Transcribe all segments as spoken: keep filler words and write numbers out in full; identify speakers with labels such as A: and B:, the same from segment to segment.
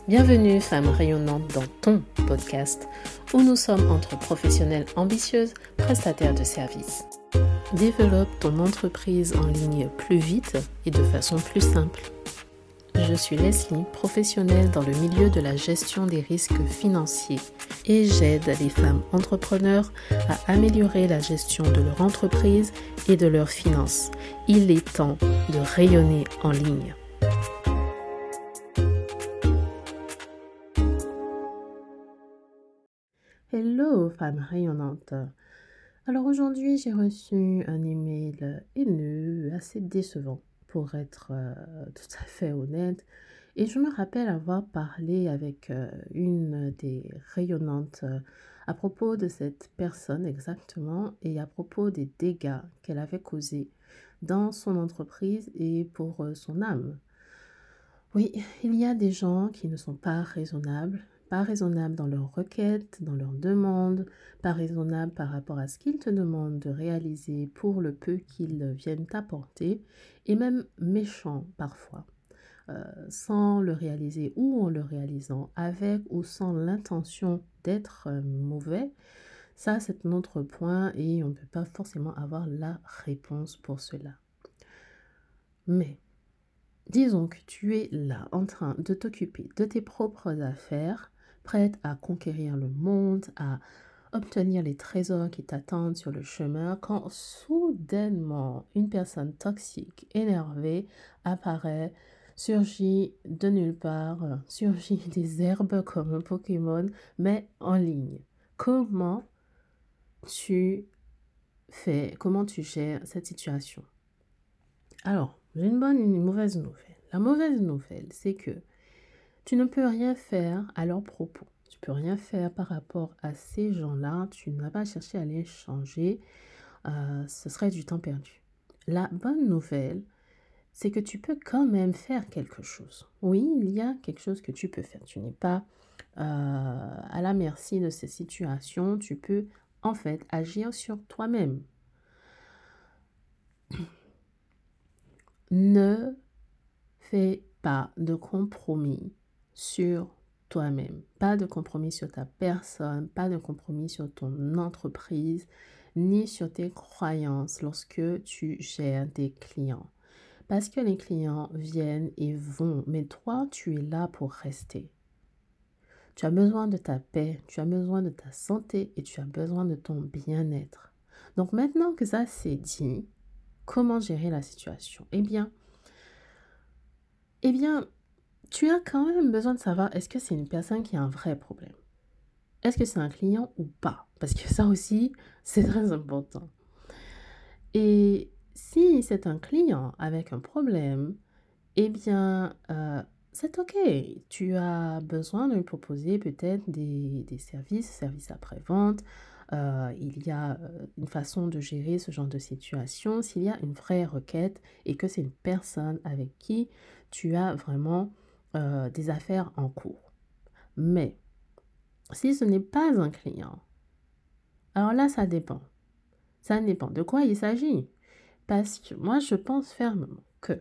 A: Bienvenue, femme rayonnante, dans ton podcast où nous sommes entre professionnelles ambitieuses, prestataires de services. Développe ton entreprise en ligne plus vite et de façon plus simple. Je suis Leslie, professionnelle dans le milieu de la gestion des risques financiers et j'aide les femmes entrepreneurs à améliorer la gestion de leur entreprise et de leurs finances. Il est temps de rayonner en ligne. Hello, femme rayonnante. Alors aujourd'hui, j'ai reçu un email haineux, assez décevant pour être euh, tout à fait honnête. Et je me rappelle avoir parlé avec euh, une des rayonnantes euh, à propos de cette personne exactement et à propos des dégâts qu'elle avait causés dans son entreprise et pour euh, son âme. Oui, il y a des gens qui ne sont pas raisonnables, pas raisonnables dans leurs requêtes, dans leurs demandes, pas raisonnables par rapport à ce qu'ils te demandent de réaliser pour le peu qu'ils viennent t'apporter, et même méchants parfois, euh, sans le réaliser ou en le réalisant, avec ou sans l'intention d'être euh, mauvais. Ça, c'est un autre point et on ne peut pas forcément avoir la réponse pour cela. Mais disons que tu es là en train de t'occuper de tes propres affaires, prête à conquérir le monde, à obtenir les trésors qui t'attendent sur le chemin, quand soudainement une personne toxique, énervée, apparaît, surgit de nulle part, euh, surgit des herbes comme un Pokémon, mais en ligne. Comment tu fais, comment tu gères cette situation? Alors, j'ai une bonne et une mauvaise nouvelle. La mauvaise nouvelle, c'est que tu ne peux rien faire à leur propos. Tu ne peux rien faire par rapport à ces gens-là. Tu n'as pas cherché à les changer. Euh, ce serait du temps perdu. La bonne nouvelle, c'est que tu peux quand même faire quelque chose. Oui, il y a quelque chose que tu peux faire. Tu n'es pas euh, à la merci de ces situations. Tu peux en fait agir sur toi-même. Ne fais pas de compromis sur toi-même, pas de compromis sur ta personne, pas de compromis sur ton entreprise, ni sur tes croyances lorsque tu gères des clients. Parce que les clients viennent et vont, mais toi, tu es là pour rester. Tu as besoin de ta paix, tu as besoin de ta santé et tu as besoin de ton bien-être. Donc maintenant que ça c'est dit, comment gérer la situation? Eh bien, eh bien, tu as quand même besoin de savoir est-ce que c'est une personne qui a un vrai problème. Est-ce que c'est un client ou pas? Parce que ça aussi, c'est très important. Et si c'est un client avec un problème, eh bien, euh, c'est OK. Tu as besoin de lui proposer peut-être des, des services, services après-vente. Euh, il y a euh, une façon de gérer ce genre de situation. S'il y a une vraie requête et que c'est une personne avec qui tu as vraiment euh, des affaires en cours. Mais si ce n'est pas un client, alors là, ça dépend. Ça dépend de quoi il s'agit. Parce que moi, je pense fermement que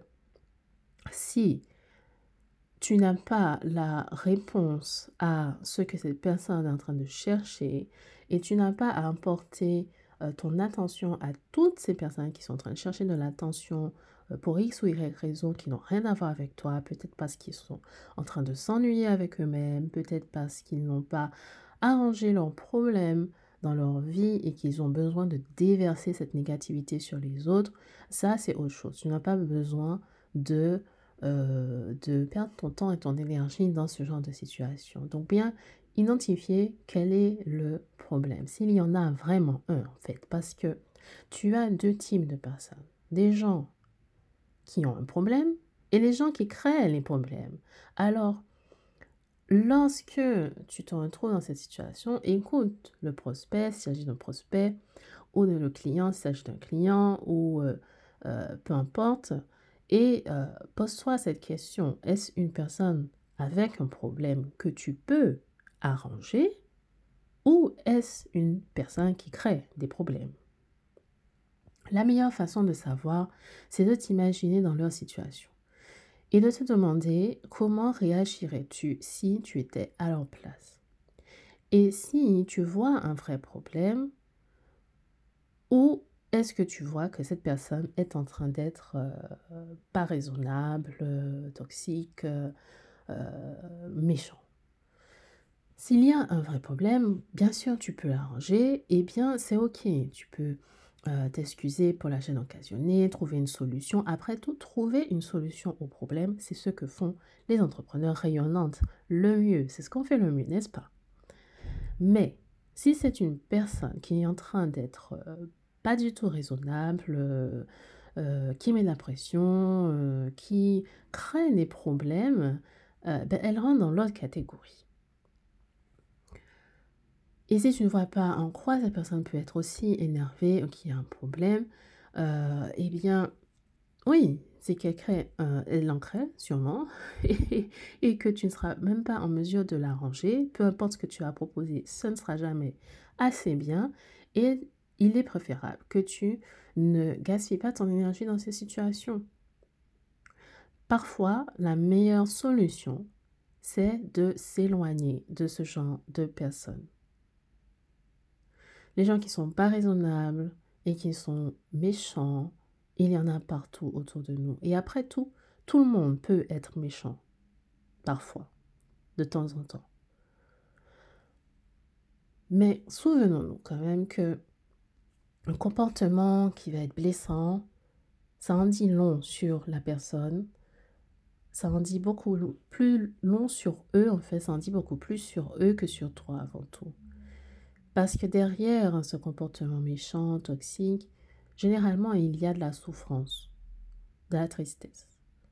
A: si tu n'as pas la réponse à ce que cette personne est en train de chercher et tu n'as pas à apporter euh, ton attention à toutes ces personnes qui sont en train de chercher de l'attention euh, pour X ou Y raison qui n'ont rien à voir avec toi, peut-être parce qu'ils sont en train de s'ennuyer avec eux-mêmes, peut-être parce qu'ils n'ont pas arrangé leurs problèmes dans leur vie et qu'ils ont besoin de déverser cette négativité sur les autres, ça c'est autre chose. Tu n'as pas besoin de Euh, de perdre ton temps et ton énergie dans ce genre de situation. Donc bien identifier quel est le problème. S'il y en a vraiment un en fait, parce que tu as deux types de personnes. Des gens qui ont un problème et les gens qui créent les problèmes. Alors, lorsque tu te retrouves dans cette situation, écoute le prospect, s'il s'agit d'un prospect, ou de le client, s'il s'agit d'un client, ou euh, euh, peu importe, et euh, pose-toi cette question, est-ce une personne avec un problème que tu peux arranger ou est-ce une personne qui crée des problèmes? La meilleure façon de savoir, c'est de t'imaginer dans leur situation. et de te demander comment réagirais-tu si tu étais à leur place. Et si tu vois un vrai problème, ou est-ce que tu vois que cette personne est en train d'être euh, pas raisonnable, euh, toxique, euh, euh, méchant? S'il y a un vrai problème, bien sûr, tu peux l'arranger, et bien, c'est OK. Tu peux euh, t'excuser pour la gêne occasionnée, trouver une solution. Après tout, trouver une solution au problème, c'est ce que font les entrepreneurs rayonnantes. Le mieux, c'est ce qu'on fait le mieux, n'est-ce pas? Mais si c'est une personne qui est en train d'être euh, pas du tout raisonnable, euh, euh, qui met la pression, euh, qui crée des problèmes, euh, ben, elle rentre dans l'autre catégorie. Et si tu ne vois pas en quoi cette personne peut être aussi énervée ou qu'il y a un problème, euh, eh bien, oui, c'est qu'elle crée, euh, elle en crée sûrement, et, et que tu ne seras même pas en mesure de l'arranger. Peu importe ce que tu as proposé, ce ne sera jamais assez bien. Et il est préférable que tu ne gaspilles pas ton énergie dans ces situations. Parfois, la meilleure solution, c'est de s'éloigner de ce genre de personnes. Les gens qui sont pas raisonnables et qui sont méchants, il y en a partout autour de nous. Et après tout, tout le monde peut être méchant, parfois, de temps en temps. Mais souvenons-nous quand même que un comportement qui va être blessant, ça en dit long sur la personne, ça en dit beaucoup plus long sur eux, en fait, ça en dit beaucoup plus sur eux que sur toi avant tout. Parce que derrière ce comportement méchant, toxique, généralement, il y a de la souffrance, de la tristesse.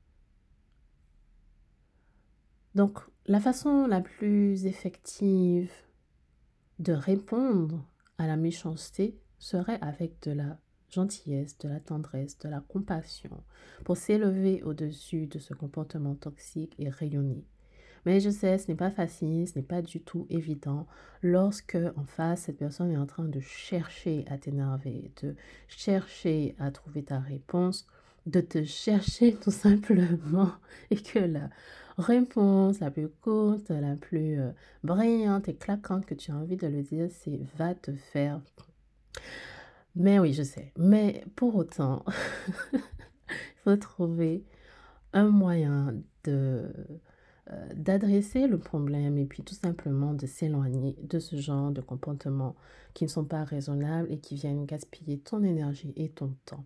A: Donc, la façon la plus effective de répondre à la méchanceté serait avec de la gentillesse, de la tendresse, de la compassion, pour s'élever au-dessus de ce comportement toxique et rayonner. Mais je sais, ce n'est pas facile, ce n'est pas du tout évident lorsque en face, cette personne est en train de chercher à t'énerver, de chercher à trouver ta réponse, de te chercher tout simplement, et que la réponse la plus courte, la plus euh, brillante et claquante que tu as envie de lui dire, c'est va te faire. Mais oui, je sais. Mais pour autant, il faut trouver un moyen de euh, d'adresser le problème et puis tout simplement de s'éloigner de ce genre de comportements qui ne sont pas raisonnables et qui viennent gaspiller ton énergie et ton temps.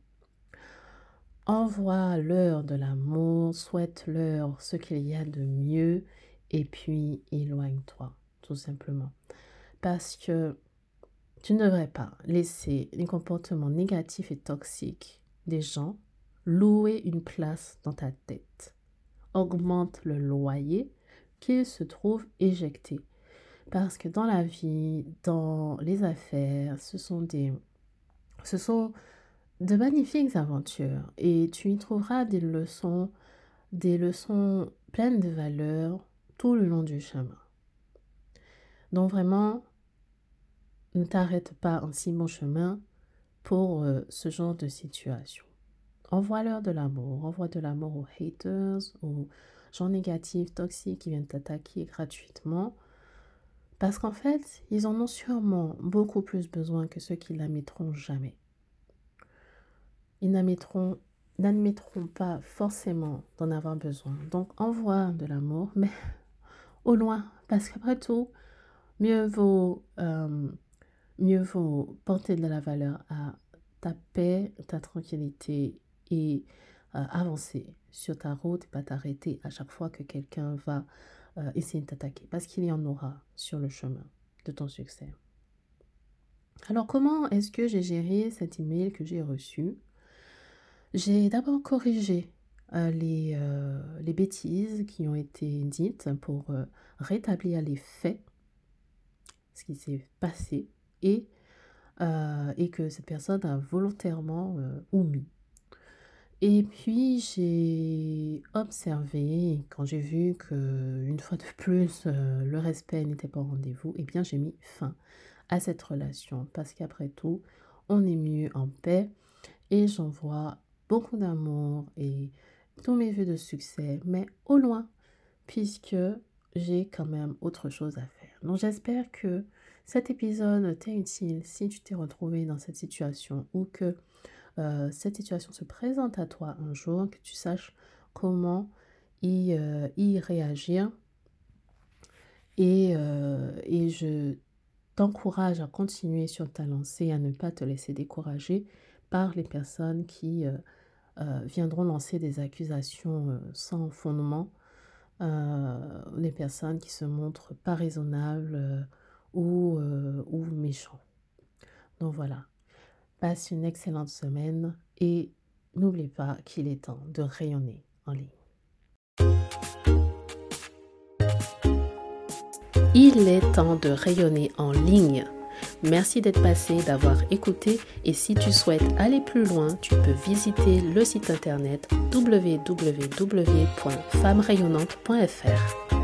A: Envoie-leur de l'amour, souhaite-leur ce qu'il y a de mieux et puis éloigne-toi, tout simplement. Parce que tu ne devrais pas laisser les comportements négatifs et toxiques des gens louer une place dans ta tête. Augmente le loyer qu'ils se trouvent éjectés. Parce que dans la vie, dans les affaires, ce sont des, ce sont de magnifiques aventures et tu y trouveras des leçons, des leçons pleines de valeur tout le long du chemin. Donc vraiment, ne t'arrête pas en si bon chemin pour euh, ce genre de situation. Envoie-leur de l'amour, envoie de l'amour aux haters, aux gens négatifs, toxiques qui viennent t'attaquer gratuitement. Parce qu'en fait, ils en ont sûrement beaucoup plus besoin que ceux qui l'admettront jamais. Ils n'admettront, n'admettront pas forcément d'en avoir besoin. Donc envoie de l'amour, mais au loin. Parce qu'après tout, mieux vaut, euh, mieux vaut porter de la valeur à ta paix, ta tranquillité et euh, avancer sur ta route et pas t'arrêter à chaque fois que quelqu'un va euh, essayer de t'attaquer. Parce qu'il y en aura sur le chemin de ton succès. Alors, comment est-ce que j'ai géré cet email que j'ai reçu? J'ai d'abord corrigé euh, les, euh, les bêtises qui ont été dites pour euh, rétablir les faits, ce qui s'est passé, et, euh, et que cette personne a volontairement euh, omis. Et puis j'ai observé, quand j'ai vu que une fois de plus euh, le respect n'était pas au rendez-vous, eh bien j'ai mis fin à cette relation parce qu'après tout, on est mieux en paix et j'envoie beaucoup d'amour et tous mes vœux de succès, mais au loin, puisque j'ai quand même autre chose à faire. Donc j'espère que cet épisode t'est utile si tu t'es retrouvé dans cette situation ou que euh, cette situation se présente à toi un jour, que tu saches comment y, euh, y réagir. Et, euh, et je t'encourage à continuer sur ta lancée, à ne pas te laisser décourager par les personnes qui euh, euh, viendront lancer des accusations euh, sans fondement, euh, les personnes qui se montrent pas raisonnables euh, ou, euh, ou méchants. Donc voilà, passe une excellente semaine et n'oublie pas qu'il est temps de rayonner en ligne. Il est temps de rayonner en ligne. Merci d'être passé, d'avoir écouté et si tu souhaites aller plus loin, tu peux visiter le site internet w w w point femme rayonnante point f r.